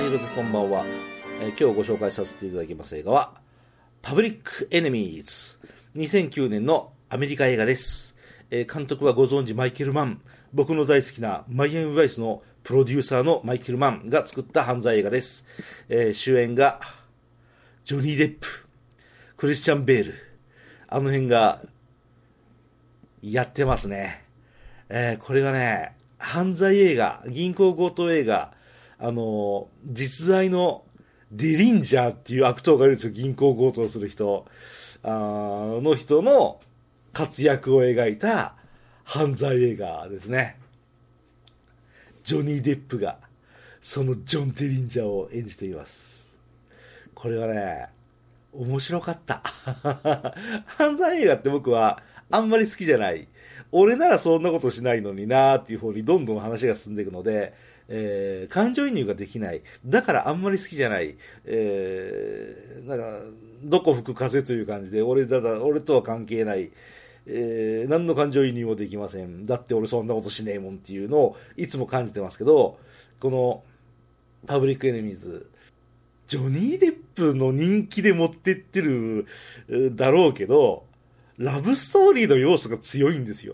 いうことでこんばんは。今日ご紹介させていただきます映画はパブリックエネミーズ、2009年のアメリカ映画です。監督はご存知マイケル・マン、僕の大好きなマイアミ・バイスのプロデューサーのマイケル・マンが作った犯罪映画です。主演がジョニー・デップ、クリスチャン・ベール、あの辺がやってますね。これがね、犯罪映画、銀行強盗映画、実在のデリンジャーっていう悪党がいるんですよ。銀行強盗する人の人の活躍を描いた犯罪映画ですね。ジョニー・デップがそのジョン・デリンジャーを演じています。これはね、面白かった犯罪映画って僕はあんまり好きじゃない。俺ならそんなことしないのになーっていう方にどんどん話が進んでいくので、感情移入ができない。だからあんまり好きじゃない。なんかどこ吹く風という感じで、俺とは関係ない。何の感情移入もできません。だって俺そんなことしねえもんっていうのをいつも感じてますけど、このパブリックエネミーズ、ジョニー・デップの人気で持ってってるだろうけど、ラブストーリーの要素が強いんですよ。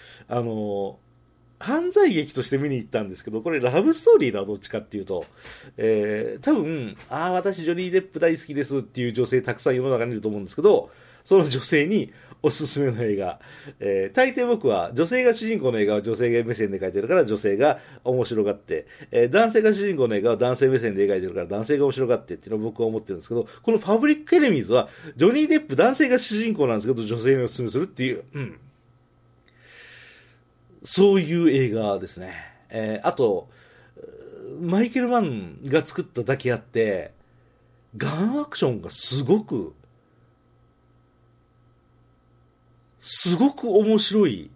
犯罪劇として見に行ったんですけど、これラブストーリーだ、どっちかっていうと。多分、私ジョニー・デップ大好きですっていう女性たくさん世の中にいると思うんですけど、その女性におすすめの映画。大抵僕は女性が主人公の映画は女性が目線で描いてるから女性が面白がって、男性が主人公の映画は男性目線で描いてるから男性が面白がってっていうのを僕は思ってるんですけど、このパブリックエネミーズはジョニー・デップ男性が主人公なんですけど女性におすすめするっていう、そういう映画ですね。あと、マイケル・マンが作っただけあって、ガンアクションがすごく面白い。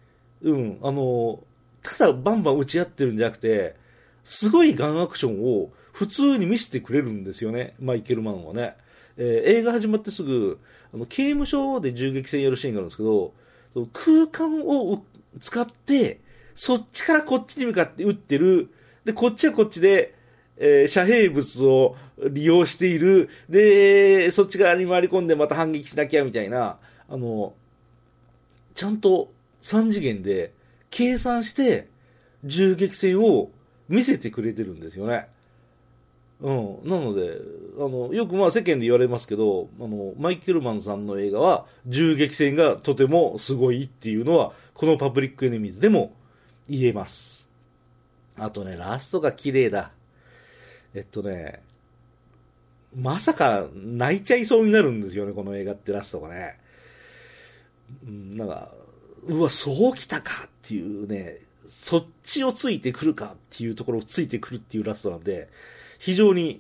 ただバンバン打ち合ってるんじゃなくて、すごいガンアクションを普通に見せてくれるんですよね、マイケル・マンはね。映画始まってすぐ、刑務所で銃撃戦やるシーンがあるんですけど、空間を使って、そっちからこっちに向かって撃ってる。で、こっちはこっちで、遮蔽物を利用している。で、そっち側に回り込んでまた反撃しなきゃみたいな、ちゃんと3次元で計算して銃撃戦を見せてくれてるんですよね。なので、よく世間で言われますけど、マイケルマンさんの映画は銃撃戦がとてもすごいっていうのは、このパブリックエネミーズでも言えます。あとね、ラストが綺麗だ。まさか泣いちゃいそうになるんですよね、この映画ってラストがね。なんか、うわ、そうきたかっていうね、そっちをついてくるかっていうところをついてくるっていうラストなんで、非常に、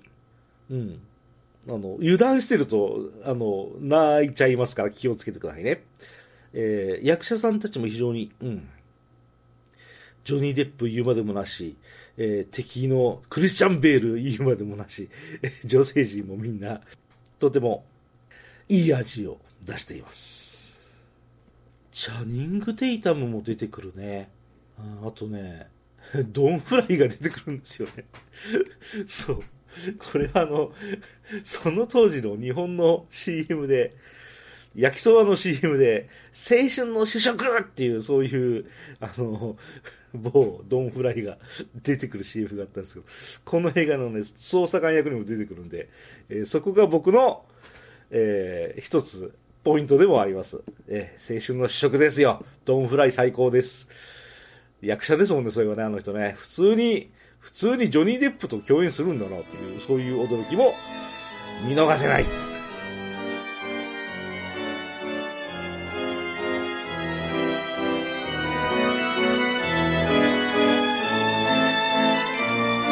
油断してると、泣いちゃいますから気をつけてくださいね。役者さんたちも非常に、ジョニー・デップ言うまでもなし、敵のクリスチャン・ベール言うまでもなし、女性陣もみんな、とてもいい味を出しています。チャニング・テイタムも出てくるね。あとね、ドン・フライが出てくるんですよね。そう。これその当時の日本の CM で、焼きそばの CM で、青春の主食っていう、そういう、某ドン・フライが出てくる CM があったんですけど、この映画のね、捜査官役にも出てくるんで、そこが僕の、一つ、ポイントでもあります。青春の主食ですよ。ドン・フライ最高です。役者ですもんね、それはね、あの人ね。普通にジョニー・デップと共演するんだなという、そういう驚きも見逃せない。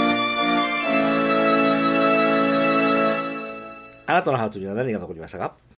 あなたのハートには何が残りましたか？